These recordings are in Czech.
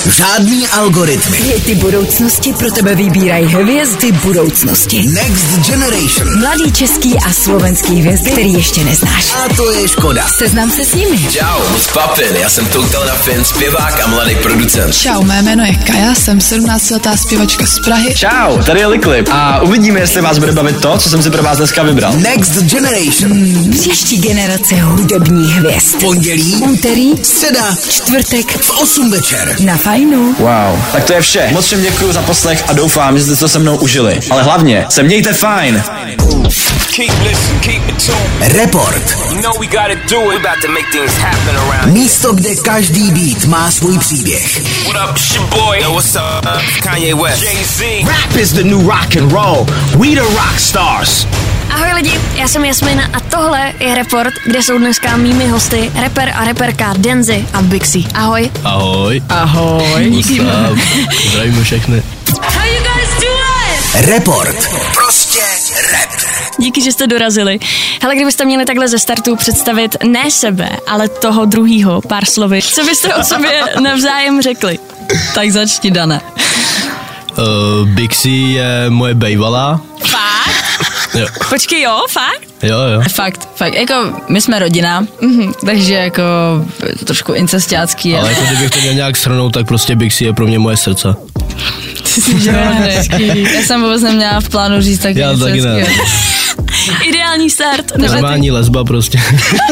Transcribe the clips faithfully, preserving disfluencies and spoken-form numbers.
Žádný algoritmy. Hity budoucnosti pro tebe vybírají hvězdy budoucnosti. Next Generation. Mladý český a slovenský hvězdy, který ještě neznáš. A to je škoda. Seznam se s nimi. Čau, moc papin, já jsem Total na Fin, zpěvák a mladý producent. Čau, mé jméno je Kaja, jsem sedmnáctiletá zpěvačka z Prahy. Čau, tady je Liklip a uvidíme, jestli vás bude bavit to, co jsem si pro vás dneska vybral. Next Generation. Hmm, příští generace hudebních hvězd. Pondělí, úterý, středa, čtvrtek v osm večer. Na Fajnu. Wow, tak to je vše. Moc všem děkuju za poslech a doufám, že jste to se mnou užili. Ale hlavně se mějte fajn. Report. Místo, kde každý beat má svůj příběh. Rap is the new rock and roll. We the rock stars. Ahoj lidi, já jsem Jasmin a tohle je Report, kde jsou dneska mými hosty rapper a rapperka Denzi a Bixi. Ahoj. Ahoj. Ahoj. Díky. Zdravíme všechny. How you guys doing? Report. Prostě rap. Díky, že jste dorazili. Hele, kdybyste měli takhle ze startu představit ne sebe, ale toho druhýho pár slovy, co byste o sobě navzájem řekli? Tak začni, Dane. Uh, Bixi je moje bejvalá. Fakt? Jo. Počkej, jo, fakt? Jo, jo. Fakt, fakt, jako my jsme rodina, mm-hmm. takže jako to trošku incestiácký. Ale jako kdybych to měl nějak shrnout, tak prostě Bixi je pro mě moje srdce. Ty jsi hezký. Já jsem vůbec neměla v plánu říct tak Já taky ne. Ideální start. Normální lesba prostě.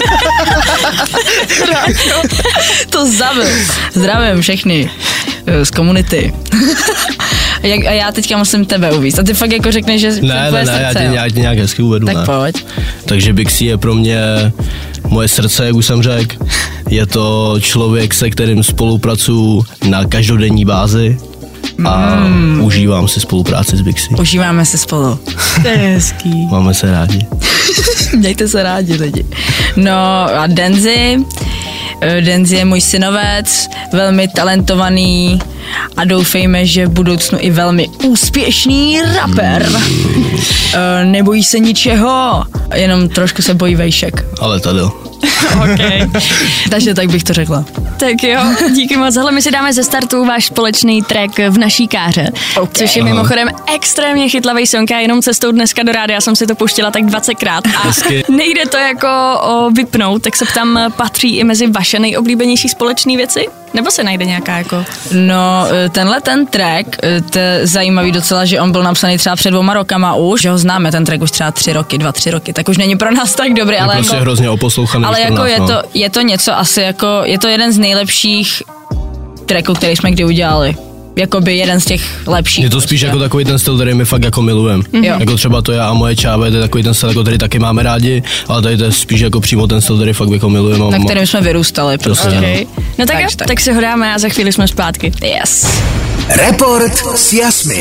To zabil. Zdravím všechny z komunity. A já teďka musím tebe uvíct. A ty fakt jako řekneš, že ne, ne, ne, já tě, já tě nějak hezky uvedu. Tak ne. pojď. Takže Bixi je pro mě moje srdce, jak už jsem řekl. Je to člověk, se kterým spolupracuju na každodenní bázi. A mm. užívám si spolupráci s Bixi. Užíváme se spolu. To je hezký. Máme se rádi. Mějte se rádi, lidi. No a Denzi, Denzi je můj synovec, velmi talentovaný a doufejme, že v budoucnu i velmi úspěšný rapper. Mm. Nebojí se ničeho, jenom trošku se bojí vejšek. Ale tady. Okay. Takže tak bych to řekla. Tak jo, díky moc. Hele, my si dáme ze startu váš společný track V naší káře, okay. Což je mimochodem extrémně chytlavý song a jenom cestou dneska do rádia jsem si to pouštěla tak dvacetkrát a Hezky. Nejde to jako o, vypnout, tak se ptám, patří i mezi vaše nejoblíbenější společné věci? Nebo se najde nějaká jako? No, tenhle ten track, to je zajímavý docela, že on byl napsaný třeba před dvouma rokama už, že ho známe, ten track už třeba tři roky, dva, tři roky, tak už není pro nás tak dobrý, je ale prostě jako... hrozně oposlouchaný. Ale jako nás, je, no. to, je to něco asi jako, je to jeden z nejlepších tracků, který jsme kdy udělali. Jakoby jeden z těch lepších. Je to spíš prostě. Jako takový ten styl, který my fakt jako milujeme. Mm-hmm. Jako třeba to já a moje čáve, to je takový ten styl, jako který taky máme rádi, ale tady to je spíš jako přímo ten styl, který fakt jako milujeme. Na kterém jsme vyrůstali prostě. Okay. No tak, tak, tak si ho dáme a za chvíli jsme zpátky. Yes. Report s Jasmin.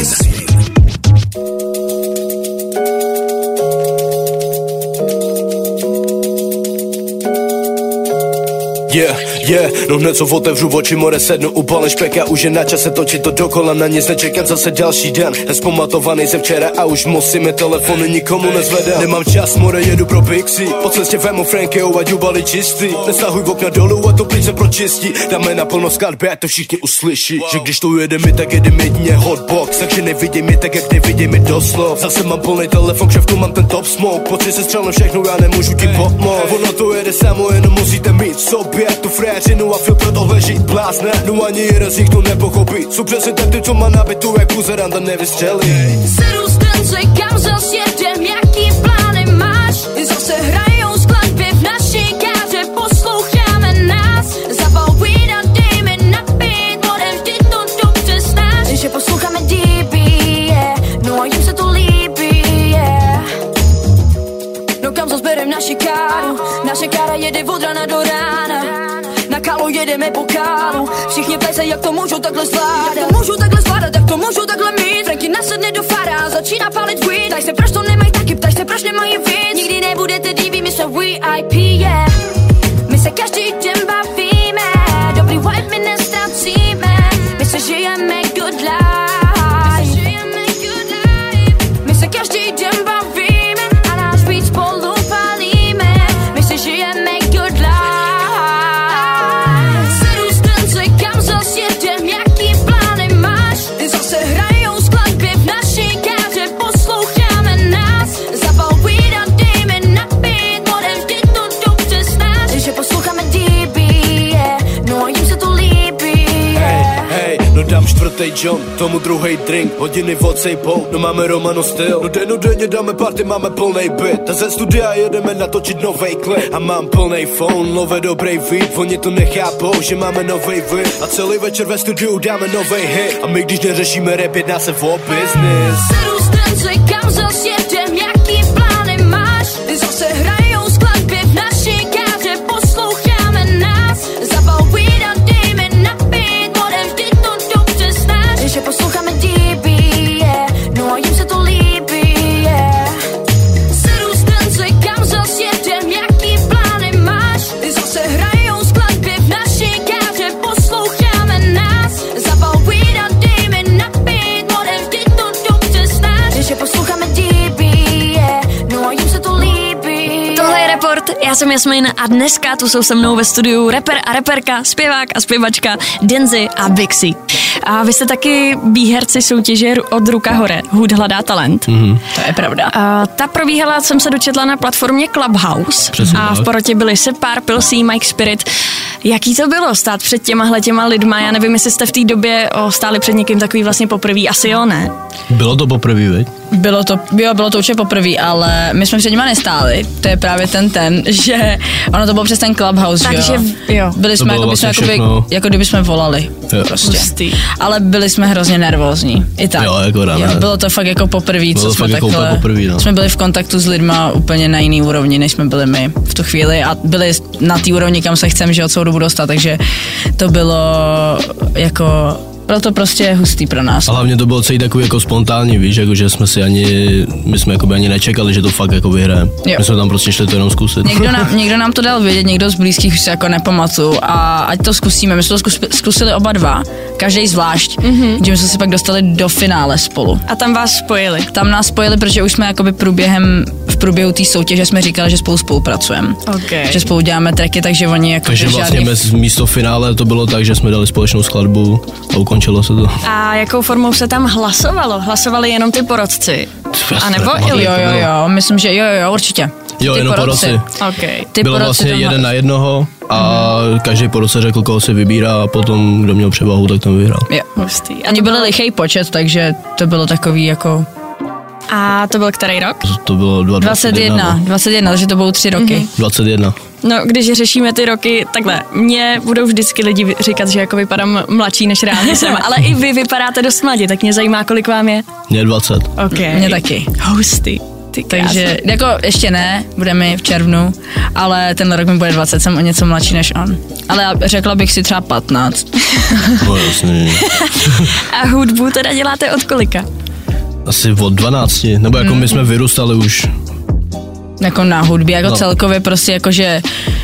Yeah, yeah, no hned co otevřu oči, more sednu, upalím špek a už je na čase točit to dokola, na nic nečekám, zase další den, nezpamatovaný ze včera a už musíme telefony nikomu nezvedám. Nemám čas, more jedu pro Bixi, po cestě vemu Frankeo a jubali čistý, nestahuj v okna dolů a to plíce pročistí, dáme naplno skladby a to všichni uslyší, že když tu jede mi, tak jede mi dně hotbox, takže nevidí mi tak, jak nevidí mi doslov, zase mám plný telefon, kšeftu mám ten top smoke, pocit se střelím všechno, já nemůžu ti pomoct, ono to jede samo, jenom musíte mít sobě tu fréřinu a filtr tohle žít blázne. No ani jeden z nich to nepochopí. Jsou přesně tak ty, co má nabitu, jak buzeranda nevystřelí. Sedu stance, kam zas jedem, jaký plány máš? Zase hrajou skladby v naší káře, posloucháme nás. Zapal weed a dej mi napít, budem vždy to dobře znáš. Že posloucháme D B, yeah. No a jim se to líbí, yeah. No kam zas berem naši káru, naše kára jede od rana do rána. Na kálu jedeme po kálu, všichni ptají se, jak to můžu takhle zvládat. Jak to můžu takhle zvládat, jak to můžu takhle mít. Franky nasedne do fara, začíná palit weed. Ptaj se, proč to nemají taky, ptaj se, proč nemají víc. Nikdy nebudete D V, my jsme V I P, yeah. My se každý den bavíme, dobrý vibe my nestracíme. My se žijeme good life, my se každý den bavíme a náš beat spolu palíme. My se žijeme good life. Jaký čtvrtý John, tomu druhý drink, hodiny odsejpou, no máme Romano styl. No den, no denně dáme party, máme plnej byt, a ze studia jedeme natočit novej klip. A mám plnej phone, love dobrý beat, oni to nechápou, že máme novej vid. A celý večer ve studiu dáme novej hit, a my když neřešíme rap, jedná se o business. Sedu stance, kam zas jedem, jaký plány máš? Zase hrajou skladby v naší káře, posloucháme nás. Zabal weed a dej mi napít, budem vždy to dobře znát. Že posloucháme D B, yeah, no a jim se to líbí, yeah. Sedu stance, kam zas jedem, jaký plány máš? Zase hrajou skladby v naší káře, posloucháme nás. Zabal weed a dej mi napít, budem vždy to dobře znát. Že posloucháme D B, yeah, no a jim se to líbí. Tohle je Report, já jsem Jasmin a dneska tu jsou se mnou ve studiu rapper a rapperka, zpěvák a zpěvačka Denzi a Bixi. A vy jste taky výherci soutěže Od ruka hore, Hud hledá talent. Mm-hmm. To je pravda. A ta probíhala, jsem se dočetla na platformě Clubhouse. Přesně a v tak. porotě byli Separ, Pilsí, Mike Spirit. Jaký to bylo stát před těmahle těma lidma? Já nevím, jestli jste v té době o, stáli před někým takový vlastně poprvé. Asi jo, ne? Bylo to poprvé, viď? Bylo to, jo, bylo to určitě poprvé, ale my jsme před nima nestáli. To je právě ten ten, že ono to bylo přes ten Clubhouse, Takže, že jo. jo. Byli To jsme, bylo jako, bychom, vlastně jakoby, všechno. jako kdyby jsme volali. Jo. Prostě. Hustý. Ale byli jsme hrozně nervózní. I tak. Jo, jako ráno. jo, bylo to fakt jako poprvé, Bylo co to jsme fakt jako takhle. úplně poprvé, no. Jsme byli v kontaktu s lidma úplně na jiný úrovni, než jsme byli my v tu chvíli a byli na té úrovni, kam se chceme, že od celou dobu dostat, takže to bylo jako bylo to prostě hustý pro nás. A hlavně to bylo celý takový jako spontánní, víš, jako že jsme si ani, my jsme jako by ani nečekali, že to fakt jako vyhrajeme. My jsme tam prostě šli to jenom zkusit. Někdo nám, někdo nám to dal vědět, někdo z blízkých už se jako nepamatuju a ať to zkusíme, my jsme to zkus, zkusili oba dva, každý zvlášť, mm-hmm. že jsme se pak dostali do finále spolu. A tam vás spojili? Tam nás spojili, protože už jsme jakoby průběhem, v průběhu té soutěže jsme říkali, že spolu spolupracujeme. Okay. Že spolu děláme tracky, takže oni jako Takže vlastně žádný... mez, místo finále to bylo tak, že jsme dali společnou skladbu a ukončilo se to. A jakou formou se tam hlasovalo? Hlasovali jenom ty porotci? A nebo i Jo, jo, jo, myslím, že jo, jo, jo, určitě. Jo, Ty jenom porotci. porotci. Okay. Ty Bylo porotci vlastně tam- jeden na jednoho a mm. každý porotce řekl, koho si vybírá a potom, kdo měl převahu, tak ten vyhrál. Jo. Hustý. A Oni to byli bylo- lichý počet, takže to bylo takový jako... A to byl který rok? To bylo dva- dvacet jedna, dvacet jedna, takže to budou tři roky. Mhm. dvacet jedna. No, když řešíme ty roky, takhle, mě budou vždycky lidi říkat, že jako vypadám mladší, než reálně jsem, ale i vy vypadáte dost mladě, tak mě zajímá, kolik vám je. Mě dvacet. Okay. Mě taky. Hustý. Ty Takže jako ještě ne, bude mi v červnu, ale tenhle rok mi bude dvacet, jsem o něco mladší než on. Ale já řekla bych si třeba patnáct. No jasný. A hudbu teda děláte od kolika? Asi od dvanácti, nebo jako Mm. my jsme vyrůstali už. Jako na hudbě, jako No. celkově prostě jakože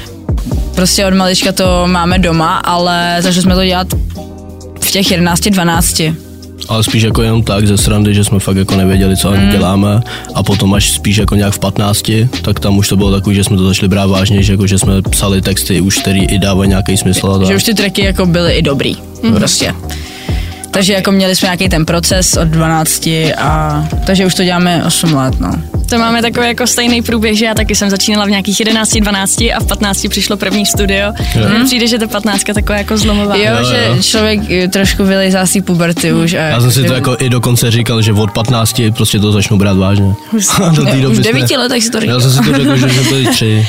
prostě od malička to máme doma, ale začali jsme to dělat v těch jedenácti, dvanácti. Ale spíš jako jenom tak ze srandy, že jsme fakt jako nevěděli, co ani Mm. děláme a potom až spíš jako nějak v patnácti, tak tam už to bylo takový, že jsme to začali brát vážně, že jako že jsme psali texty už, který i dávají nějaký smysl. A Že tak. už ty tracky jako byly i dobrý, mm. prostě. Takže jako měli jsme nějaký ten proces od dvanácti a takže už to děláme osm let, no. To máme takový jako stejný průběh, že já taky jsem začínala v nějakých jedenácti, dvanácti a v patnácti přišlo první studio. Mně přijde, že to patnáctka taková jako zlomová. Jo, Jo, že jo. člověk eh, trošku vylejzá z té puberty už. A Já jsem si to jako i dokonce říkal, že od patnácti prostě to začnu brát vážně. A do té Ne, doby už v jsme- devíti letech si to říkal. Já jsem si to řekl, že jsme byli tři.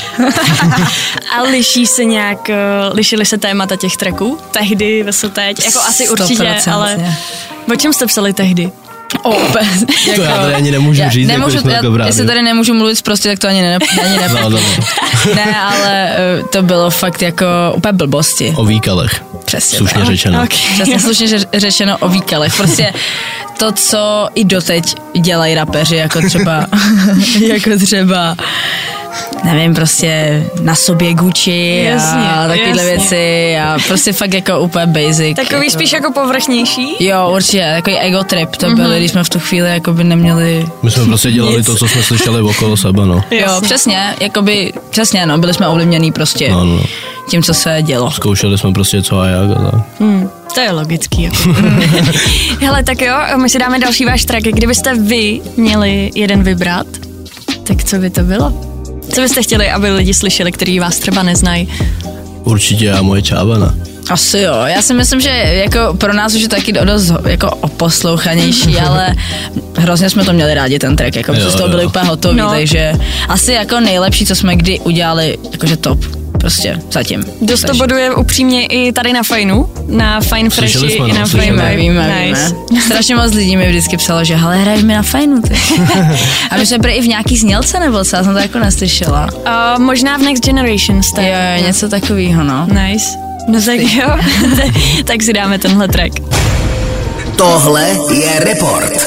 A liší se nějak, eh, lišily se témata těch tracků? Tehdy, versus teď? Jako asi určitě, Stoprocentně. ale o čem jste psali tehdy? Opět. To já tady ani nemůžu já říct, nemůžu, jako jsme já, jako brát, jestli jo. tady nemůžu mluvit prostě, tak to ani ne, ani ne, No, no, no. ne, ale eh, to bylo fakt jako úplně blbosti. O výkalech. Přesně Slušně tak. řečeno. Okay. Přesně slušně ř- řečeno o výkalech. Prostě to, co i doteď dělají rapeři, jako třeba, jako třeba nevím, prostě na sobě Gucci Jasně, a takovéhle jasně. věci a prostě fakt jako úplně basic. Takový jako. spíš jako povrchnější? Jo, určitě, takový ego trip to byly, když jsme v tu chvíli jako by neměli... My jsme prostě dělali Nic. to, co jsme slyšeli okolo sebe, no. Jo, přesně, jakoby, přesně, no, byli jsme ovlivněný prostě No, no. tím, co se dělo. Zkoušeli jsme prostě co a jak a tak. Hmm, to je logický. Jako. Hele, tak jo, my si dáme další váš track. Kdybyste vy měli jeden vybrat, tak co by to bylo? Co byste chtěli, aby lidi slyšeli, kteří vás třeba neznají? Určitě a moje čávana. Asi jo, já si myslím, že jako pro nás už je taky dost jako oposlouchanější, ale hrozně jsme to měli rádi ten track, jako jsme z toho byli úplně hotoví, no. Takže asi jako nejlepší, co jsme kdy udělali, jakože top. Prostě zatím. Dost to boduje upřímně i tady na Fajnu, na Fine Freshi i na Fajnu. Víme, víme, nice. víme. Strašně moc lidí mi vždycky psalo, že hele, hraješ mi na Fajnu, ty. A my jsme prý i v nějaký znělce nebo co, já jsem to jako neslyšela. Uh, možná v Next Generation jste. Jo, jo, něco takového, no. Nice. No tak jo, tak si dáme tenhle track. Tohle je Report.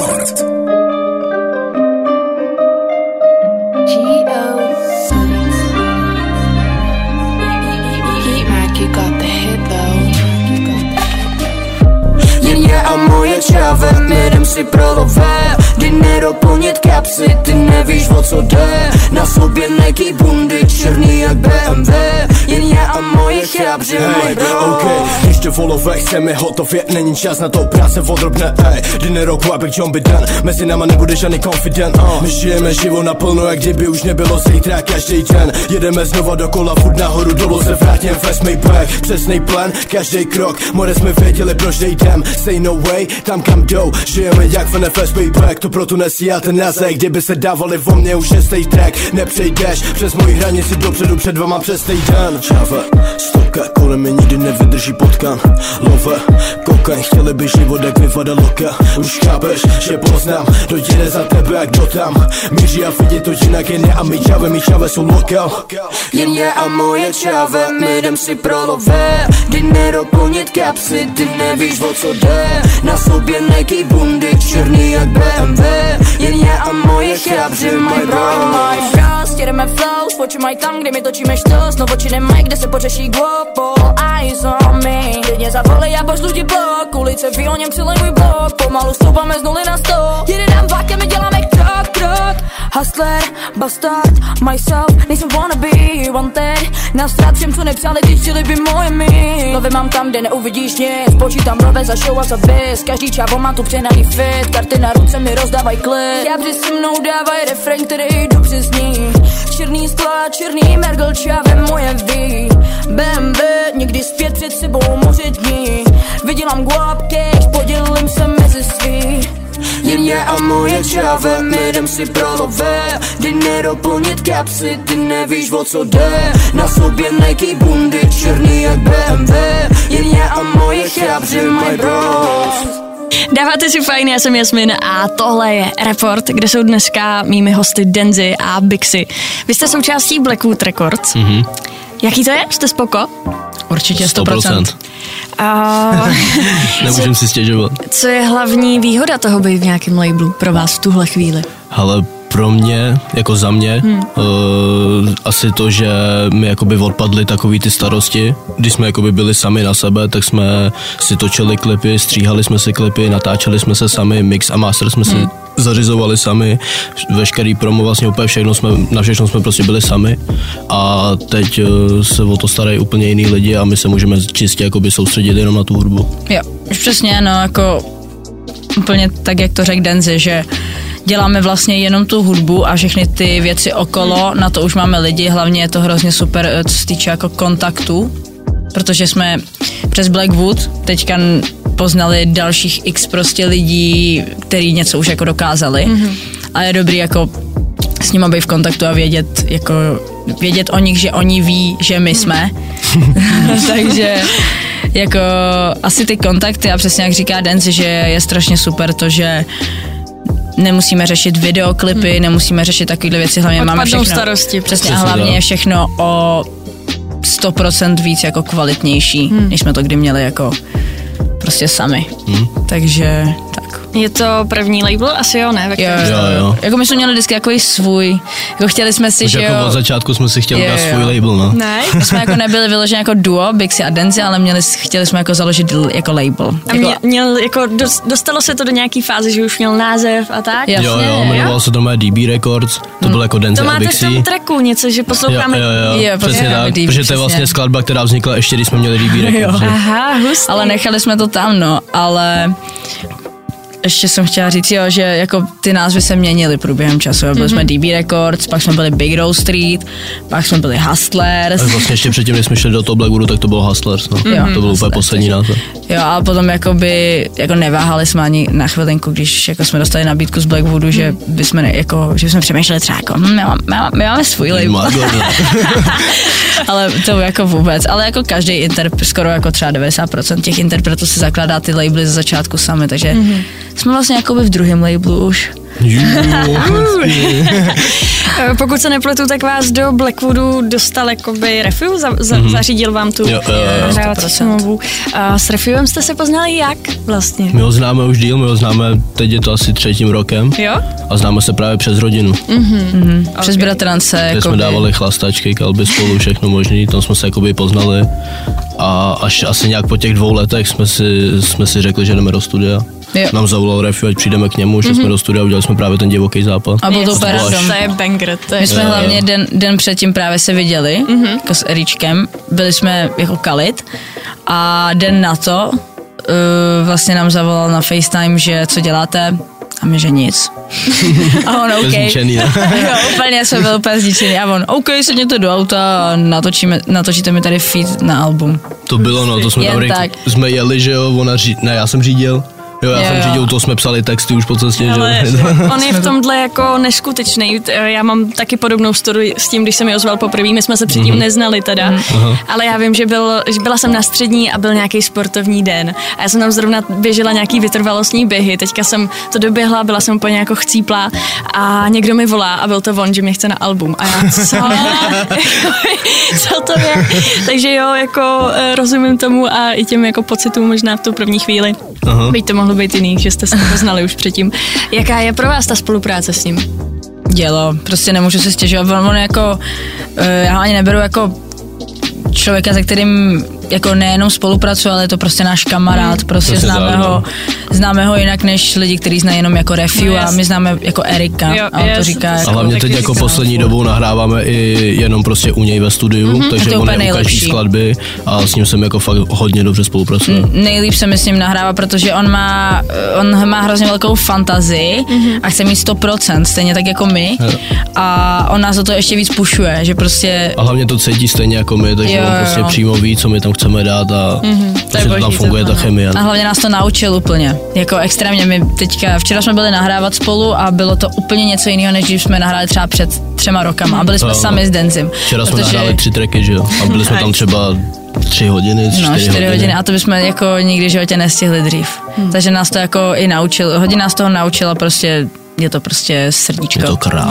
A moje čávem, jedem si pro lové, dinero plnit kapsy, ty nevíš o co jde. Na sobě neký bundy, černý jak bé em vé, jen já a moje chábři, hey, okay. Když to volové chceme hotově, není čas na to práce odrobné, ej. Dinero kvapek, John by den, mezi náma nebude žádný confident, uh. My žijeme život naplno, jak kdyby už nebylo zítra každý den. Jedeme znova dokola, furt nahoru, dolů se vrátím, fast me back. Přesnej plán, každý krok, more jsme věděli, proč nejdem. Say no way, tam kam jdou, žijeme jak v N F S payback. To proto nesí a ten nazek, kdyby se dávali vo mně už šestý track. Nepřejdeš přes moji hranici dopředu, před vama přes týden. Čava, stopka, kolem mě nikdy nevydrží potkan. Love, kokain, chtěli by život jak vyvada loka. Už chápeš, že poznám, dojde za tebe jak kdo tam. Míří a vidí to jinak jen a my čave, my čave jsou lokal. Jen já a moje čave, my jdem si pro lové, dinero plnit kapsy, ty nevíš o co jde. Na sobě neký bundy, černý jak bé em vé, jen já a moje chábři, my bro, my frost. Jedeme flow, spoči mají tam, kde my točíme štos, no oči nemají, kde se pořeší guapo. Eyes on me, klidně zavolej a pošlu ti blok, ulice ví o něm celý můj blok, pomalu stoupáme z nuly na sto. Jede nám vlak a my děláme krok, krok. Hustler, bastard, myself, nejsem wannabe, wanted. Nastrát všem, co nepřáli, ty chtěli by moje my. Lovy mám tam, kde neuvidíš nic, počítám rove za show a za biz. Každý čávo má tu přenaný fit, karty na ruce mi rozdávaj klid. Jábři se mnou dávaj refren, který dobře zní. Černý skla, černý mergel, čávem moje ví. bé em vé, někdy zpět před sebou moře dní. Vydělám guap cash, podělím se mezi svý. Jen já a moje čáve, my jdem si pro lové, dinero plnit kapsy, ty nevíš o co jde. Na sobě neký bundy, černý jak bé em vé, jen já a moje chábři, my bros. Dáváte si fajn, já jsem Jasmin a tohle je Report, kde jsou dneska mými hosty Denzi a Bixi. Vy jste součástí Blackwood Records. Mm-hmm. Jaký to je? Jste spoko? Určitě sto procent. A... Nemůžem si stěžovat. Co je hlavní výhoda toho být v nějakém labelu pro vás v tuhle chvíli? Ale pro mě, jako za mě, hmm. uh, asi to, že mi jakoby odpadly takový ty starosti. Když jsme jakoby byli sami na sebe, tak jsme si točili klipy, stříhali jsme si klipy, natáčeli jsme se sami, mix a master jsme hmm. si zařizovali sami, veškerý promo, vlastně úplně všechno jsme, na všechno jsme prostě byli sami a teď uh, se o to starají úplně jiný lidi a my se můžeme čistě jakoby soustředit jenom na tu hudbu. Jo, už přesně, no jako úplně tak, jak to řekl Denzi, že děláme vlastně jenom tu hudbu a všechny ty věci okolo, na to už máme lidi, hlavně je to hrozně super, co se týče jako kontaktu, protože jsme přes Blackwood teďka poznali dalších x prostě lidí, kteří něco už jako dokázali mm-hmm. a je dobrý jako s nimi být v kontaktu a vědět, jako vědět o nich, že oni ví, že my jsme. Takže jako asi ty kontakty a přesně jak říká Denzi, že je strašně super to, že nemusíme řešit videoklipy, hmm. nemusíme řešit takovéhle věci, hlavně Odpadnou máme všechno. starosti. Přesně, a hlavně je všechno o sto procent víc jako kvalitnější, hmm. než jsme to kdy měli jako prostě sami. Hmm. Takže tak. Je to první label? Asi jo, ne? Jo, jo, jo. Jako my jsme měli vždycky takový svůj, jako chtěli jsme si, už že jako jo. od začátku jsme si chtěli jo, dát jo. svůj label, no. Ne? My jsme jako nebyli vyloženi jako duo, Bixi a Denzi, ale měli, chtěli jsme jako založit jako label. A mě, měl, jako dostalo se to do nějaký fáze, že už měl název a tak? Jasně, jo, jo, jmenoval se to moje D B Records, to hmm. bylo jako Denzi to a Bixi. To máte v tom tracku něco, že posloucháme. Jo, jo, jo, jo přesně tak, D B, protože to je vlastně skladba, která vznikla ještě, když jsme měli D B Records. Aha, hustý. Ale nechali jsme to tam, no, ale ještě jsem chtěla říct, jo, že jako ty názvy se měnily průběhem času. Byli mm-hmm. jsme D B Records, pak jsme byli Big Rose Street, pak jsme byli Hustlers. A vlastně ještě předtím, než jsme šli do toho Blackwoodu, tak to bylo Hustlers, no. Mm-hmm. To byl úplně poslední název. Jo, a potom jakoby, jako neváhali jsme ani na chvilinku, když jako jsme dostali nabídku z Blackwoodu, že bychom ne, jako, že jsme přemýšleli třeba jako, hm, my, máme, my, máme, my máme svůj label. Ale to jako vůbec, ale jako každý interpret, skoro jako třeba devadesát procent těch interpretů si zakládá ty labely ze začátku sami, takže mm-hmm. jsme vlastně jakoby v druhém labelu už. Pokud se nepletu, tak vás do Blackwoodu dostal jakoby Refiu, za, za, mm-hmm. zařídil vám tu nahrávací smlouvu. S Refiuem jste se poznali jak vlastně? My ho známe už díl, my ho známe, teď je to asi třetím rokem. Jo? A známe se právě přes rodinu. Mm-hmm. Mm-hmm. Okay. Přes bratrance. Kde jsme dávali chlastačky, kalby spolu, všechno možný, tam jsme se jakoby poznali. A až asi nějak po těch dvou letech jsme si, jsme si řekli, že jdeme do studia. Jo. Nám zavolal Refiu, ať přijdeme k němu, že mm-hmm. jsme do studia, udělali jsme právě ten divoký západ. A byl to úplně to je banger. To je My jsme je, hlavně den, den předtím právě se viděli, mm-hmm. jako s Eričkem, byli jsme jako kalit a den na to uh, vlastně nám zavolal na FaceTime, že co děláte? A my, že nic. A on OK. Zničený, jo, úplně jsme byli úplně zničený. A on OK, sedněte do auta a natočíme, natočíte mi tady feed na album. To bylo, no, to jsme tam jsme jeli, že jo, ona ří, ne, já jsem řídil. Jo, já jo, jsem řídil, to jsme psali texty už po cestě, ale, že? On je v tomhle jako neskutečný. Já mám taky podobnou story s tím, když jsem mi ozval poprvé, my jsme se předtím mm-hmm. neznali teda, mm-hmm. ale já vím, že, byl, že byla jsem na střední a byl nějaký sportovní den a já jsem tam zrovna běžela nějaký vytrvalostní běhy, teďka jsem to doběhla, byla jsem úplně jako chcíplá a někdo mi volá a byl to on, že mě chce na album a já, co? Co to je? Takže jo, jako rozumím tomu a i těm jako pocitům možná v tu první chvíli. Aha. Byť to mohlo být jiný, že jste se poznali už předtím. Jaká je pro vás ta spolupráce s ním? Dělo, prostě nemůžu se stěžovat. On, on jako, já ho ani neberu jako člověka, se kterým jako nejenom spolupracuji, ale je to prostě náš kamarád, prostě to známe ho, známe ho jinak než lidi, kteří znají jenom jako Refiu no, a my známe jako Erika jo, a on to říká. A jako, hlavně teď jako poslední dobou nahráváme i jenom prostě u něj ve studiu, mm-hmm, takže on je u každý skladby a s ním jsem jako fakt hodně dobře spolupracuji. Mm, nejlíp se mi s ním nahrává, protože on má, on má hrozně velkou fantazii mm-hmm. a chce mít sto procent, stejně tak jako my jo. a on nás do toho ještě víc pušuje, že prostě... A hlavně to cítí stejně jako my, takže jo, on prostě jo. přímo ví, co my tam chceme dát a mm-hmm. prostě to tam funguje ta chemie. A hlavně nás to naučil úplně, jako extrémně. My teďka, včera jsme byli nahrávat spolu a bylo to úplně něco jiného, než když jsme nahráli třeba před třema rokama a byli jsme no, sami s Denzim. Včera protože... jsme nahráli tři tracky, že jo, a byli jsme tam třeba tři hodiny, čtyři, no, čtyři hodiny. hodiny a to bychom jako nikdy v životě nestihli dřív. Hmm. Takže nás to jako i naučil, hodně nás toho naučila prostě. Je to prostě srdíčko. Je to král.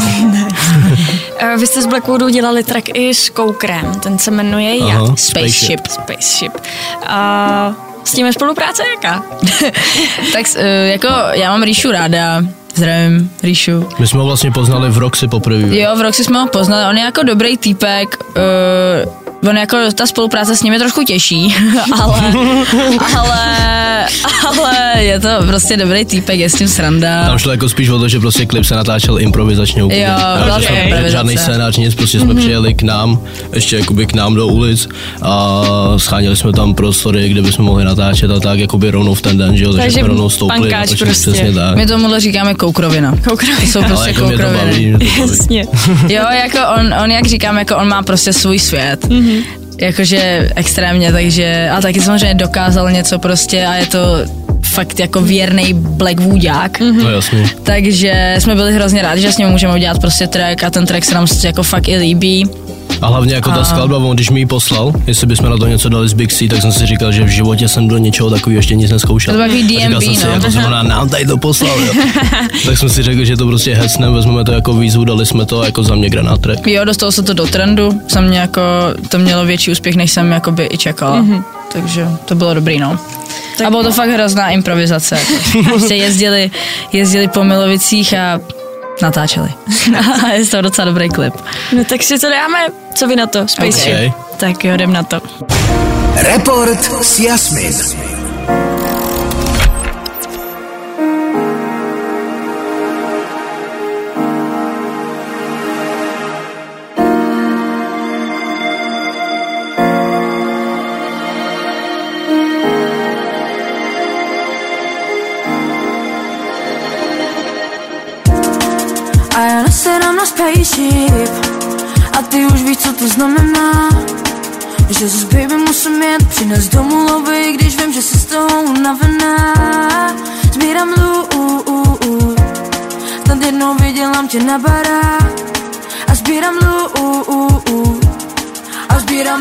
Vy jste z Blackwoodu dělali track i s Koukrem, ten se jmenuje jak? Spaceship. Spaceship. A s tím je spolupráce jaká? Tak jako já mám Ríšu ráda. Zdravím, Ríšu. My jsme ho vlastně poznali v Roxy poprvé. Jo, v Roxy jsme ho poznali, on je jako dobrý týpek, uh, on jako, ta spolupráce s ním je trošku těžší, ale, ale, ale je to prostě dobrý týpek, je s tím sranda. Tam šlo jako spíš o to, že prostě klip se natáčel improvizačně úplně. Jo, byla to improvizace. Žádný scénář, nic, prostě jsme mm-hmm. přijeli k nám, ještě jakoby k nám do ulic a scháněli jsme tam prostory, kde bychom mohli natáčet a tak, jakoby rovnou v ten den, že jo, takže, takže jsme rovnou stoupli. Pankáč prostě. Přesně tak. My tomuhle říkáme koukrovina. Koukrovina. Jsou prostě jako koukroviny. Jasně. Jo, jako on, on, jak říkám, jako on má prostě svůj svět. Mm-hmm. Jakože extrémně, takže, a taky samozřejmě dokázal něco prostě a je to fakt jako věrnej Blackwoodák. Mm-hmm. No jasně. Takže jsme byli hrozně rádi, že s ním můžeme udělat prostě track a ten track se nám jako fakt i líbí. A hlavně jako ta skladba, on, když mi ji poslal, jestli bychom na to něco dali z Big C, tak jsem si říkal, že v životě jsem do něčeho takového ještě nic neskoušel. To takový D M B, a říkal jsem si, no. jako zrovna nám tady to poslal, jo. Tak jsme si řekli, že to prostě hecnem, vezmeme to jako výzvu, dali jsme to jako za mě granát track. Jo, dostalo se to do trendu, za mě jako to mělo větší úspěch, než jsem jakoby i čekala. Mm-hmm. Takže to bylo dobrý, no. Tak a bylo to fakt hrozná improvizace. Prostě jezdili, jezdili po Milovicích a natáčeli. A je to docela dobrý klip. No tak si to dáme. Co vy na to? Spaceship. Okay. Tak jo, jdem na to. Report s Jasmin. sedám na spaceship a ty už víš, co to znamená. Že zas baby musím jet, přines domů lobby, když vím, že jsi z toho unavená. Sbírám loot, snad jednou vydělám tě na barák. A sbírám loot, a sbírám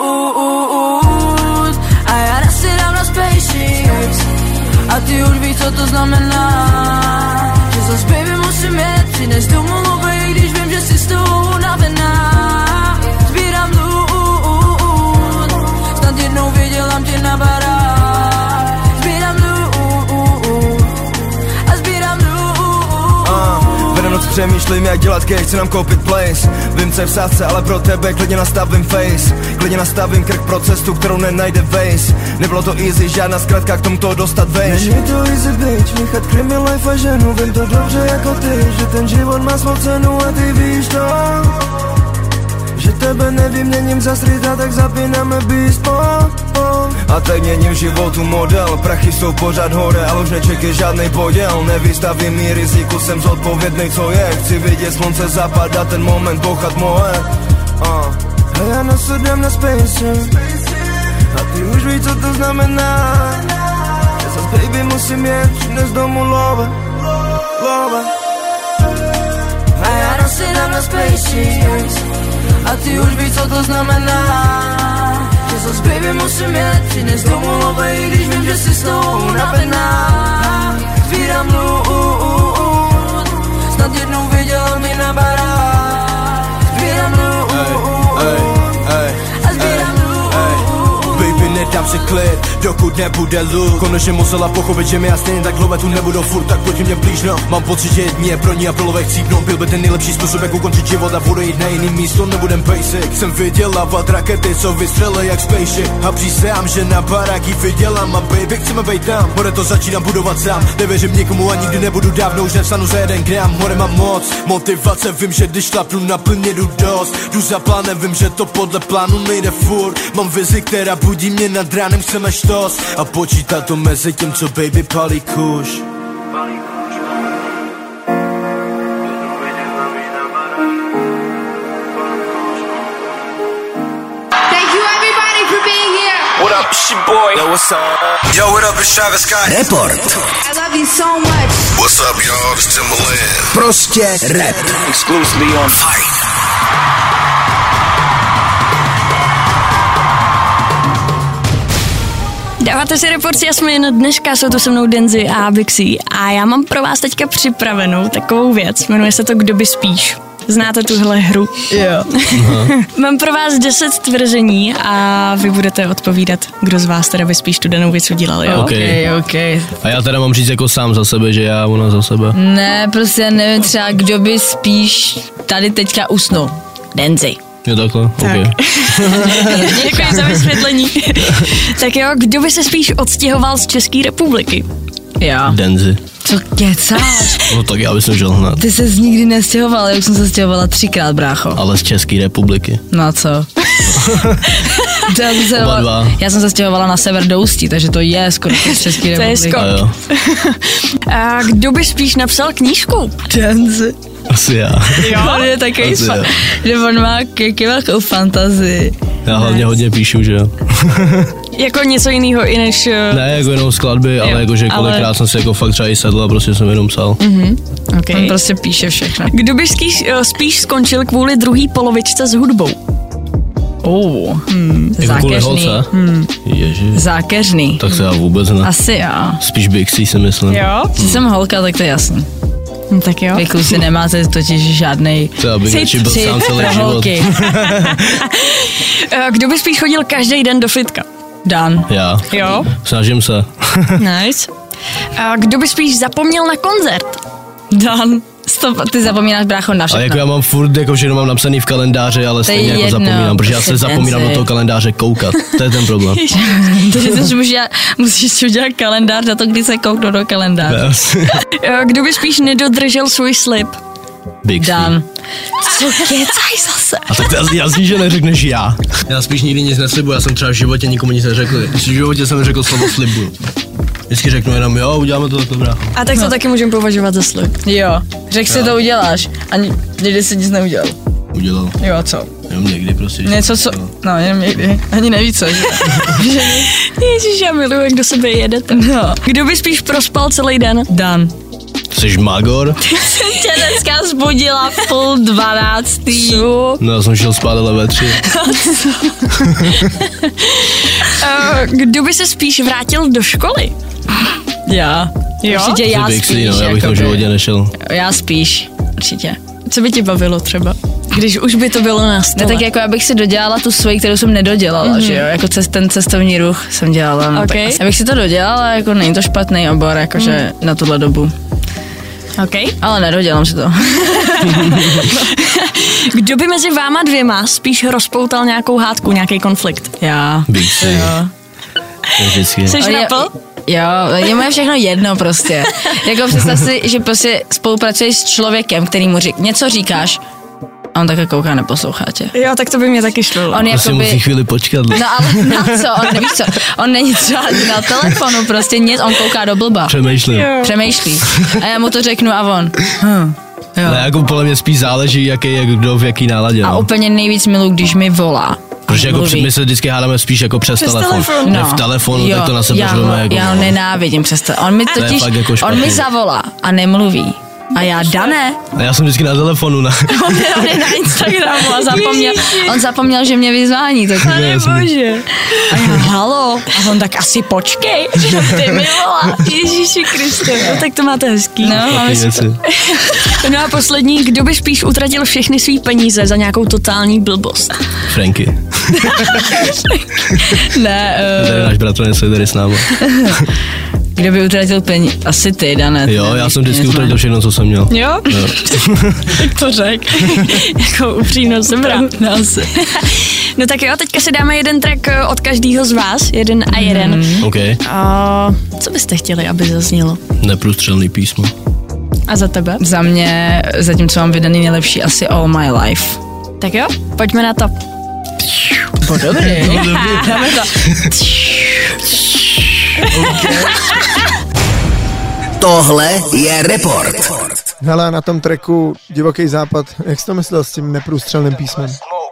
loot. A já nasedám na spaceship a ty už víš, co to znamená. Že zas baby musím jet, přines domů lobby, když vím, že jsi z toho unavená. Sbírám loot, snad jednou vydělám tě na barák. Sbírám loot a sbírám loot. uh, Vede noc přemýšlím, jak dělat cake, chci nám koupit place. Vím, co je v sázce, ale pro tebe klidně nastavím face. Klidně nastavím krk pro cestu, kterou nenajde Waze. Nebylo to easy, žádná zkratka k tomu to dostat vejš. Není to easy bitch, nechat krimi life a ženu. Vím to dobře jako ty, že ten život má svou cenu a ty víš to. Že tebe nevyměním za streeta, tak zapínáme beast a tak měním životu model. Prachy jsou pořád hore, ale už nečekej žádnej poděl. Nevystavím mi riziku, jsem zodpovědnej, co je. Chci vidět slunce zapadat, ten moment bouchat moje. uh. A já nasedám na spaceship a ty už víš, co to znamená. Že zas baby musím jet, přines domů love, love. A já nasedám na spaceship a ty už víš, co to znamená. Že zas baby musím jet, přines domů love, i když vím, že jsi z toho unavená. Sbírám loot, snad jednou vydělám mi na barák. Sbírám loot a sbírám loot. Baby, nedám si klid, dokud nebude look. Konečně musela pochopit, že mi já stejně tak dlouho tu nebudu furt, tak pojď mě blíž, no. Mám pocit, že jedni je pro ní a pro lovech cípnou. Byl by ten nejlepší způsob, jak ukončit život a budu jít na jiný místo, nebudem basic. Jsem vydělávat rakety, co vystřelej jak spaceship. A přísahám, že na baráky vydělám a baby, chceme bejt tam. Hore to začínám budovat sám, nevěřím nikomu a nikdy nebudu dávno, už nevstanu za jeden gram. Hore mám moc, motivace, vím, že když šlapnu naplně jdu dost. Jdu za plánem, vím, že to podle plánu nejde furt. Mám vizi, která budí mě nad ránem, chceme štos a počítá to mezi tím, co baby palí kuš. What up, it's your boy. Yo, what's up? Yo, what up, it's Travis Scott. Report. I love you so much. What's up, y'all? It's Timbaland. Prostě rap. Exclusively on Fajn. Dáváte si Report s Jasmin, dneska jsou tu se mnou Denzi a Bixi a já mám pro vás teďka připravenou takovou věc, jmenuje se to Kdo by spíš. Znáte tuhle hru? Jo. Mám pro vás deset tvrzení a vy budete odpovídat, kdo z vás teda by spíš tu danou věc udělal, jo? Okay. Okay, okay. A já teda mám říct jako sám za sebe, že já, ona za sebe. Ne, prostě nevím třeba, kdo by spíš tady teďka usnul. Denzi. Jo, takhle, tak. ok. Děkuji za vysvětlení. Tak jo, kdo by se spíš odstěhoval z České republiky? Jo. Denzi. Co kecáš? No tak já bych žil hned. Ty ses nikdy nestěhoval, já už jsem se stěhovala třikrát, brácho. Ale z České republiky. No co? já, jsem se, Oba dva. já jsem se stěhovala na sever do Ústí, takže to je skoro z České republiky. To je skok. A, a kdo by spíš napsal knížku? Denzi. Asi já. Jo, on je takový fa- že on má jaký velkou fantazii. Já hlavně nice. Hodně píšu, že jo. Jako něco jiného i než... Uh... Ne, jako jenom skladby, jo, ale jakože kolikrát ale... jsem si jako fakt třeba i sedl a prostě jsem jenom psal. Mm-hmm. Okay. On prostě píše všechno. Kdo by spíš, spíš skončil kvůli druhé polovičce s hudbou? Oh, hmm. Jako kvůli holce? Hmm. Ježi. Zákeřný. Tak to já vůbec ne. Asi jo. Spíš Bixi si myslím. Jo? Když hmm. jsem holka, tak to je jasný. No, tak jo. Vy kluci nemáte totiž žádnej to bych radši byl sám celý život. Kdo by spíš chodil každý den do fitka? Dan. Já. Jo? Snažím se. Nice. A kdo by spíš zapomněl na koncert? Dan. Stop, ty zapomínáš, brácho, na všechno. Ale jako já mám furt jako všechno mám napsaný v kalendáři, ale stejně jako jedno, zapomínám, protože já se zapomínám do toho kalendáře koukat. To je ten problém. Takže ty musíš, musíš udělat kalendář na to, kdy se kouknu do kalendáře. Kdo by spíš nedodržel svůj slib? Bixi. Dan. Co kecaj zase? A tak to je jasný, že neřekneš já. Já spíš nikdy nic neslibuju, já jsem třeba v životě nikomu nic neřekl. V životě jsem řekl slovo slibuju. Vždycky řeknu jenom, jo, uděláme to takhle, brácho. A tak to no. taky můžeme považovat za slib. Jo, řekl si to uděláš a nikdy si nic neudělal. Udělal. Jo, a co? Jenom někdy prostě. Něco, co, no jenom někdy, ani neví co, že? Ježiš, já miluji, jak do sebe jedete. No. Kdo by spíš prospal celý den? Dan. Jsi magor? Jsem tě dneska zbudila v půl dvanáctý. Co? No já jsem šel spát ale ve tři. Kdo by se spíš vrátil do školy? Já. Jo? Určitě já spíš. Si, no, já bych to v životě nešel. Já spíš, určitě. Co by tě bavilo třeba? Když už by to bylo na stole. Ne, tak jako já bych si dodělala tu svoji, kterou jsem nedodělala, mm-hmm. že jo? Jako cest, ten cestovní ruch jsem dělala. No, okay. Tak já bych si to dodělala, jako není to špatný obor, jakože mm. na tuhle dobu. OK. Ale nedodělám si to. Kdo by mezi váma dvěma spíš rozpoutal nějakou hádku, nějaký konflikt? Já. Bych si. Jo. Jsi napl? Jo, je moje všechno jedno prostě. Jako představ si, že prostě spolupracuješ s člověkem, který mu řík, něco říkáš, a on také kouká, neposlouchá tě. Jo, tak to by mě taky šlo. On jakoby... musí chvíli počkat. No ale na co? On nevíš co? On není třeba na telefonu, prostě nic, on kouká do blba. Přemýšlí. Jo. Přemýšlí. A já mu to řeknu a on. Hm. Jo. Ne, jako podle mě spíš záleží, jaký je kdo v jaký náladě. A no. úplně nejvíc miluji, když mi volá. Protože jako my se vždycky hádáme spíš jako přes, přes telefon. telefon. No. Ne v telefonu, jo, tak to na sebe řveme. Jako... Já ho nenávidím přes telefon. On mi totiž, jako on mi zavolá a nemluví. A já, Dané. A já jsem vždycky na telefonu. Na... on, je, on je na Instagramu a zapomněl, on zapomněl, že mě vyzvání. Tak Pane bože. A já, halo. A on tak asi počkej, že ty mi volá. Ježíši Kriste, no, tak to máte hezký. No, máme si to. No a poslední, kdo by spíš utratil všechny svý peníze za nějakou totální blbost? Franky. Ne. Uh... Tady náš bratranec je tady s námi. Kdo by utratil peníze? Asi ty, Dané. Jo, já jsem vždycky utratil všechno, co jsem měl. Jo? Jo. Tak to řek. Jako upřímno jsem rád. No, asi. No tak jo, teďka si dáme jeden track od každého z vás, jeden a jeden. Mm. OK. A co byste chtěli, aby zaznělo? Neprůstřelný písmo. A za tebe? Za mě, zatím co mám vydaný nejlepší, asi All My Life. Tak jo, pojďme na to. Po dobrý. Dáme to. Okay. Tohle je Report. Hele, na tom tracku Divoký západ, jak jsi to myslel s tím neprůstřelným písmem?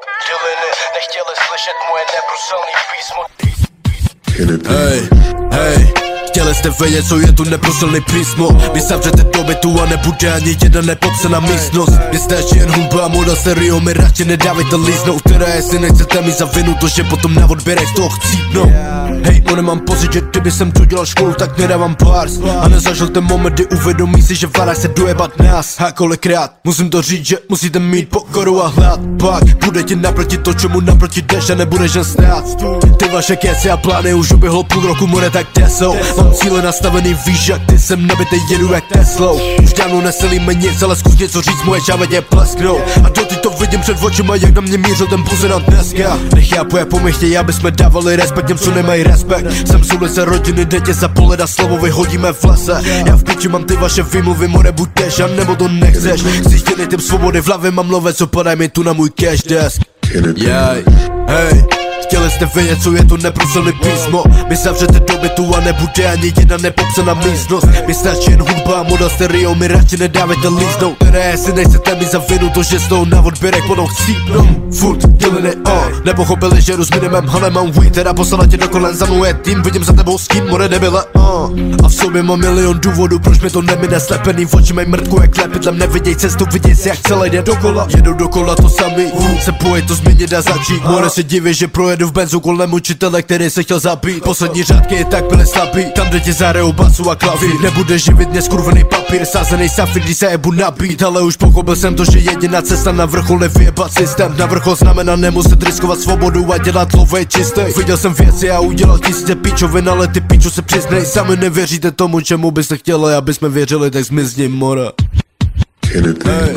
Hej, hej, chtěli jste vědět, co je tu neprůstřelný písmo. Vy zavřete do bytu a nebude ani jedna nepopsaná místnost. Vy stačí jen hudba a moda stereo, mi radši nedávejte líznout. Teda jestli nechcete mi za vinu to, že potom na odběrech z toho chcípnou. Hej, no nemám pocit, že kdyby jsem tu dělal školu, tak nedávám bars. A nezažil ten moment, kdy uvědomí si, že v varách se dojebat nás. A kolikrát musím to říct, že musíte mít pokoru a hlad. Pak bude ti naproti to, čemu naproti jdeš a nebudeš jen stát. Ty vaše keci a plány už uběhlo půl roku, more tak desou. Mám cíle nastavený, víš, jak ty jsem nabitej, jedu jak Teslou. Už dávno neselíme nic, ale zkus něco říct, moje žávetě plesknou. A doteď to vidím před očima, jak na mě mířil ten buzerant dneska. Nechápu, jak po mě chtějí, aby jsme dávali respekt těm, co nemají respekt. Jsem z ulice rodiny, dejte za pohled a slovo vyhodíme v lese. Já v piči mám ty vaše výmluvy, more buď jdeš, a nebo to nechceš. Chci dělit tím svobody v hlavě, mám lové, co podaj mi tu na můj cash desk. Jej, hej. Chtěli jste vědět, co je to neprůstřelný písmo. My zavřete do bytu a nebude ani jedna nepopsaná místnost. My stačí jen hudba a moda stereo, mi radši nedávejte líznout. Teda jestli nechcete mi za vinu to, že z toho na odběrek potom chcípnou. Furt děliny o, nepochopili, že jdu s minimem, ale mám weed. Teda poslala tě do kolen, za mnou je tým, vidím za tebou s kým, more nebyle o. A v sobě mám milion důvodů, proč mi to nemine slepený. V oči mají mrtku jak lepidlem, neviděj cestu, viděj si jak celý jde dokola. Jedu dokola to samý, se poje to změnit a začít. More se diví, že projedu v benzu kolem učitele, který se chtěl zabít. Poslední řádky i tak byly slabý, tam jde ti zárejou basu a klavír. Nebude živit mě skurvený papír, sázený safir, když se jebu nabít. Ale už pochopil jsem to, že jediná cesta na vrchol je vyjebat systém. Na vrchol znamená nemuset riskovat svobodu a dělat lovej čistý. Viděl jsem věci a udělal tisíce píčovin, ale ty píču se přiznej. Sami nevěříte tomu, čemu byste chtěli, aby jsme věřili, tak zmizni mora. Hey.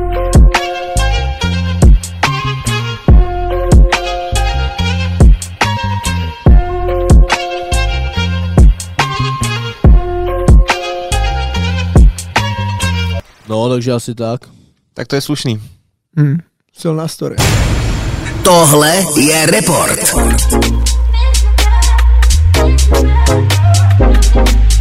No, takže asi tak. Tak to je slušný. Hmm, silná story. Tohle je Report.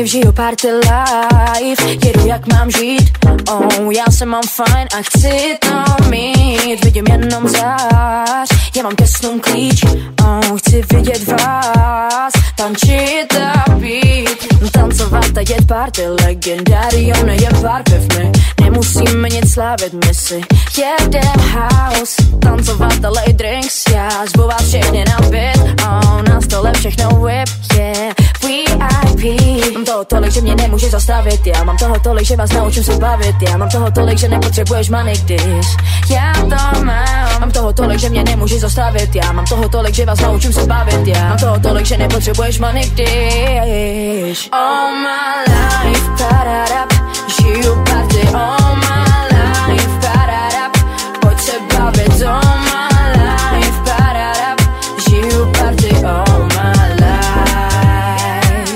life, žiju party life, jedu jak mám žít, oh, já se mám fajn a chci to mít, vidím jenom zář, já mám ke snům klíč, oh, chci vidět vás, tančit a být, tancovat a jet party, legendarium, nejen pár piv mi, nemusíme nic slávit, my si jedem house, tancovat a lej drinks, já zvu vás všechny na byt, oh, na stole všechno whip, yeah, V I P. Mám toho tolik, že mě nemůže zastavit, já mám toho tolik, že vás naučím se bavit, já mám toho tolik, že nepotřebuješ money, když já to mám. Mám toho tolik, že mě nemůže zastavit, já mám toho tolik, že vás naučím se bavit, já mám toho tolik, že nepotřebuješ money, když all my life, pararap, žiju party, all my life, pararap, pojď se bavit, all my life, pararap, žiju party, all my life.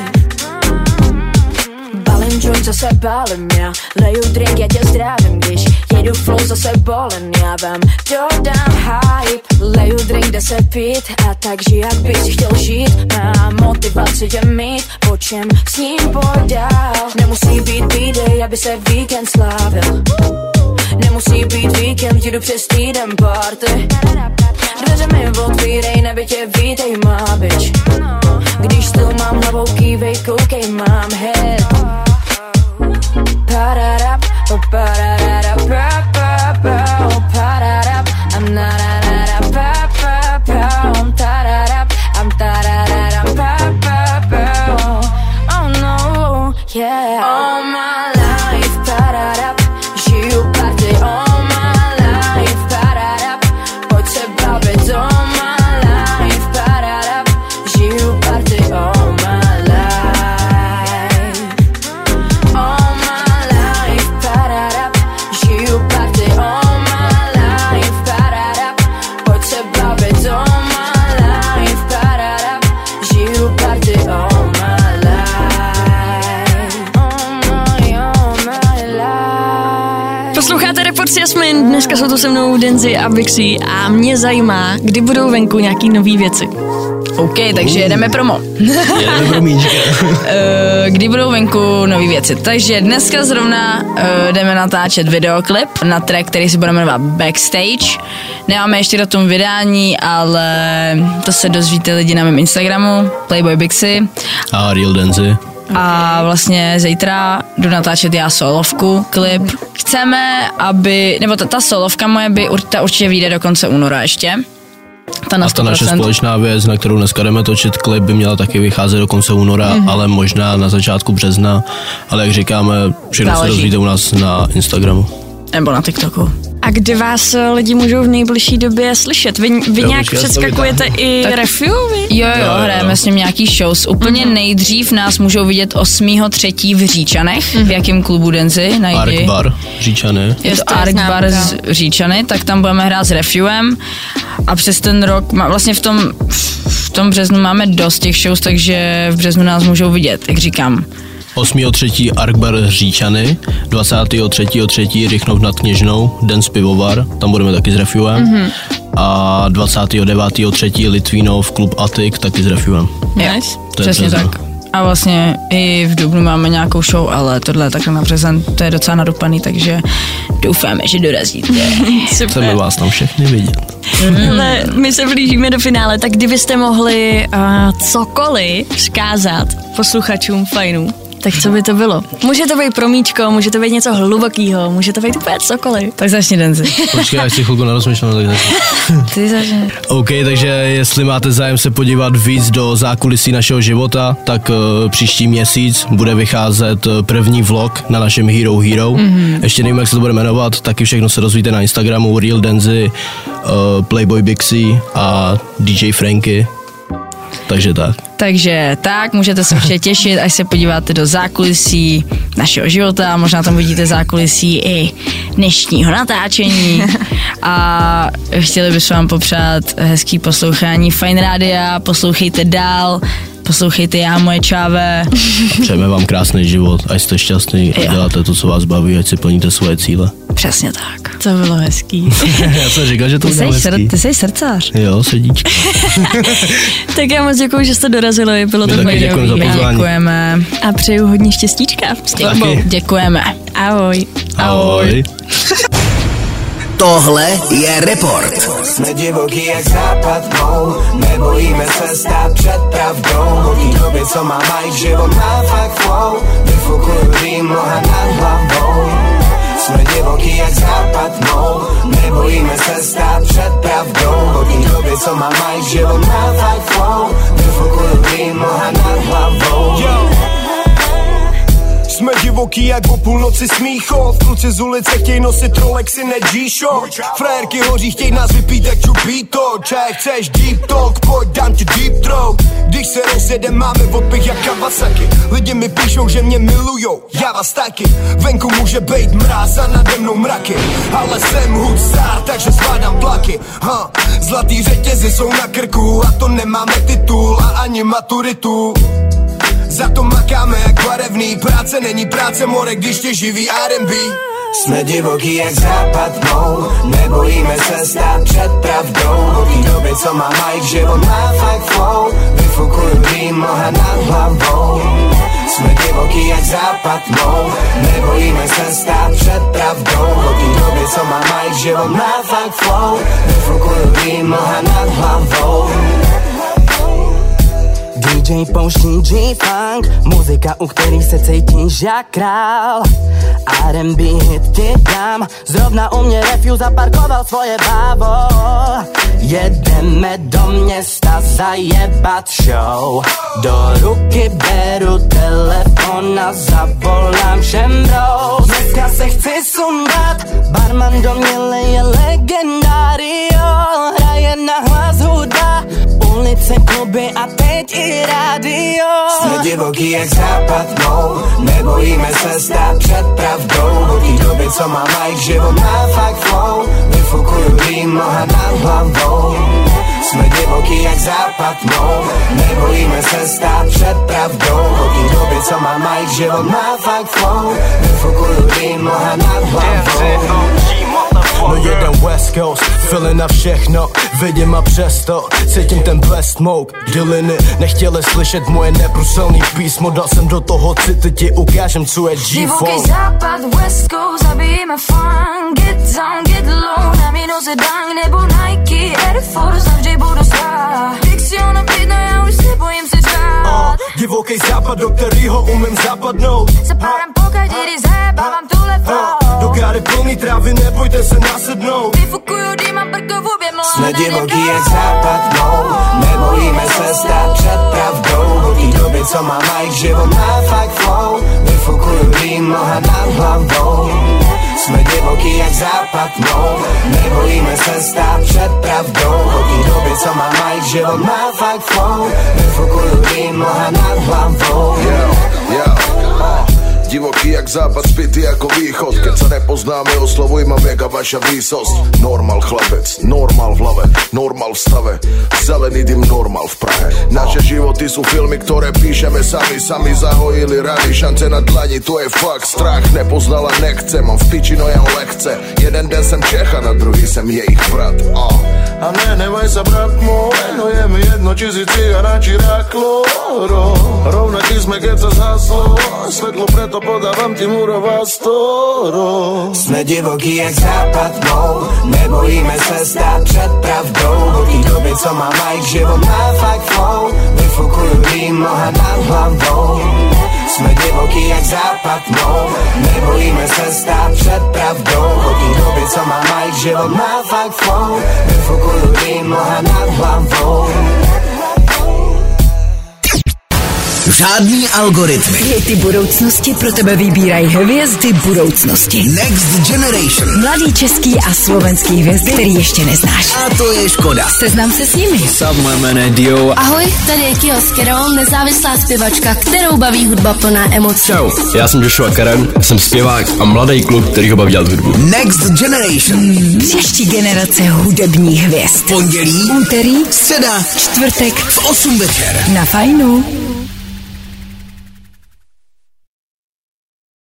Balím joint, zase balím já, leju drink, já tě zdravím, když jedu flow, zase bolem, já vám dodám hype, leju drink, jde se pít, a takže jak bych si chtěl žít, mám motivaci tě mít, po čem s ním pojď dál, nemusí být B-day, aby se víkend slávil, nemusí být víkend, jdu přes týden party, dveře mi otvírej, neby tě vítej, má bitch, když tu mám hlavou kývej, koukej, mám head, pararap, pararap, pararap, pararap, I'm not a pa pa pa, I'm tararap, I'm tararap, pa pa pa, oh no, yeah, all my life, pararap, žiju party, all my life, pararap, pojď se bavit, all my life, pararap, žiju party, all my life, all my life, pararap, žiju party, all my life, pararap, pojď se bavit, all my life, pararap, žiju party, all my life, all my, all my life. Posloucháte Report s Jasmin, dneska jsou tu se mnou Denzi a Bixi a mě zajímá, kdy budou venku nějaký nový věci. OK, takže jedeme promo. Jedeme promíčka. Kdy budou venku nový věci. Takže dneska zrovna uh, jdeme natáčet videoklip na track, který si budeme jmenovat Backstage. Nemáme ještě do tom vydání, ale to se dozvíte lidi na mém Instagramu, Playboy Bixi. A Real Denzi. A vlastně zítra jdu natáčet já solovku, klip. Chceme, aby, nebo ta, ta solovka moje by ta určitě vyjde do konce února ještě. Ta na a ta naše společná věc, na kterou dneska jdeme točit klip, by měla taky vycházet do konce února, mm-hmm. ale možná na začátku března. Ale jak říkáme, všechno Záleží. Se dozvíte u nás na Instagramu. Nebo na TikToku. A kde vás lidi můžou v nejbližší době slyšet? Vy, vy jo, nějak předskakujete i tak, Refiu? Vy? Jo, jo, jo, hrajeme s ním nějaký shows. Úplně mm-hmm. nejdřív nás můžou vidět osmého třetího v Říčanech. Mm-hmm. V jakém klubu, Denzi? Najdi. Ark Bar Říčany. Je to Ark Bar z Říčany, tak tam budeme hrát s Refuem. A přes ten rok, vlastně v tom, v tom březnu máme dost těch shows, takže v březnu nás můžou vidět, jak říkám. osmého třetího Ark Bar Říčany, dvacátého třetího třetího Rychnov nad Kněžnou, Den z pivovar, tam budeme taky s Refuem. Mm-hmm. A dvacátého devátého třetího Litvínov, klub Attic, taky s Refuem. Nice, přesně tak. A vlastně i v dubnu máme nějakou show, ale tohle je takhle na březen, to je docela nadupaný, takže doufáme, že dorazíte. Chceme vás tam všechny vidět. Ale my se blížíme do finále, tak kdybyste mohli uh, cokoliv vzkázat posluchačům fajnů, tak co by to bylo? Může to být promíčko, může to být něco hlubokýho, může to být úplně cokoliv. Tak začni, Denzi. Počkej, já si chvilku narozmýšlám, tak začni. Ty začni. OK, takže jestli máte zájem se podívat víc do zákulisí našeho života, tak uh, příští měsíc bude vycházet první vlog na našem Hero Hero. Mm-hmm. Ještě nevím, jak se to bude jmenovat, taky všechno se dozvíte na Instagramu Real Denzi, uh, Playboy Bixi a D J Franky. Takže tak. Takže tak, můžete se určitě těšit, až se podíváte do zákulisí našeho života, možná tam vidíte zákulisí i dnešního natáčení a chtěli bychom vám popřát hezký poslouchání Fajn rádia, poslouchejte dál, poslouchejte já, moje čáve. Přejeme vám krásný život, ať jste šťastný a děláte to, co vás baví, ať si plníte svoje cíle. Přesně tak. To bylo hezký. Já jsem říkal, že to ty bylo hezký. Sr- ty jsi srdcař. Jo, srdíčko. Tak já moc děkuju, že jste dorazili, bylo My to taky děkujeme za pozvání. Děkujeme. A přeju hodně štěstíčka. Taky. Děkujeme. Ahoj. Ahoj. Tohle je Report. Jsme divoký jak západ, no. Nebojíme se stát před pravdou. Od té doby, co má Mike, život má fakt flow. Vyfukuju rým, noha nad hlavou. Jsme divoký jak západ, no. Nebojíme se stát před pravdou. Od té doby, co má Mike, život má fakt flow. Vyfukuju rým, noha nad hlavou. Jsme divoký jak o půlnoci smíchov. Kluci z ulice chtěj nosit Rolexy, ne G-Shock. Frérky hoří, chtěj nás vypít jak čupito. Čaj, chceš deep talk, pojď dám ti deep throat. Když se rozjedem, máme odpich jak Kawasaki. Lidi mi píšou, že mě milujou, já vás taky. Venku může bejt mráz a nade mnou mraky, ale jsem hudstar, takže zvládám tlaky. Ha, zlatý řetězy jsou na krku a to nemáme titul a ani maturitu. Za to makáme jak barevný, práce není práce, more, když tě živí R and B. Jsme divoký jak západ, no. Nebojíme se stát před pravdou. Od té doby, co má Mike, život má fakt flow. Vyfukuju rým, noha nad hlavou. Jsme divoký jak západ, no. Nebojíme se stát před pravdou. Od té doby, co má Mike, život má fakt flow. Vyfukuju rým, noha nad hlavou. D J pouští G-Funk, muzika, u který se cítíš jak král. R and B hit ti dám, zrovna u mě Refuse zaparkoval svoje bávo. Jedeme do města zajebat show, do ruky beru telefon a zavolám všem bros. Dneska se chci sundat, barman do mě leje legendario. Hraje na hlas hudba, ulice, kluby a teď i rádio. Jsme divoký jak západ, no. Nebojíme se stát před pravdou. Od té doby, co má Mike, život má fakt flow. Vyfukuju rým, noha nad hlavou. Jsme divoký jak západ, no. Nebojíme se stát před pravdou. Od té doby, co má Mike, život má fakt flow. Vyfukuju rým, noha nad hlavou. No jeden West Coast, feeling na všechno, vidím a přesto cítím ten blast smoke. Dyliny nechtěli slyšet moje nebruselný písmo, dal jsem do toho city, ti ukážem, co je G-Funk. Divoký západ, West Coast, zabijeme funk. Get down, get low, na mě noze dang, nebo Nike, Air Force, navždy budu stát. Dixiona pětna, já už se bojím se řád. uh, Divoký západ, do kterýho umím zapadnout. Zapadám pokaď, když zajebávám telefon. uh, Do káry plný trávy, nebojte se nasednout. Vyfukuju dým a brko v obě mlá. Jsme divoký jak západ, no. Nebojíme se stát před pravdou. Od té doby, co má Mike, život má fakt flow. Vyfukuju rým, noha nad hlavou. Jsme divoký jak západ, no. Nebojíme se stát před pravdou. Od té doby, co má Mike, život má fakt flow. Vyfukuju rým, noha nad hlavou. Yeah, yeah, uh. Divoký jak západ, zbytý jako východ. Keď sa nepoznáme, oslovuj ma mega vaša výsost. Normal chlapec, normal v hlave, normal v stave. Zelený dym, normal v Prahe. Naše životy sú filmy, ktoré píšeme sami. Sami zahojili rany, šance na dlani, to je fakt strach. Nepoznala, nechce, mám v piči, no jen lehce. Jeden den jsem Čecha, na druhý jsem jejich brat. uh. A ne, nevaj sa brat môj, no je mi jedno, či si cigana, či raklo. Rovnaký sme, keď sa zhaslo svetlo, preto podávám ti murová storo. Jsme divoký jak západ, no. Nebojíme se stát před pravdou. Od té doby, co má Mike, život má fakt flow. Vyfukuju rým, noha nad hlavou. Jsme divoký jak západ, no. Nebojíme se stát před pravdou. Od té doby, co má Mike, život má fakt flow. Vyfukuju rým, noha nad hlavou. Žádný algoritmy. Hity budoucnosti pro tebe vybírají hvězdy budoucnosti. Next Generation. Mladý český a slovenský hvězdy, který ještě neznáš. A to je škoda. Seznam se s nimi. Sav, moje jméno je Dio. Ahoj, tady je Kio Skero, nezávislá zpěvačka, kterou baví hudba plná emocí. Čau, já jsem Joshua Karen, jsem zpěvák a mladý kluk, který ho baví dělat hudbu. Next Generation. Hmm, příští generace hudebních hvězd. Pondělí, úterý, středa, čtvrtek v osm večer. Na Fajnu.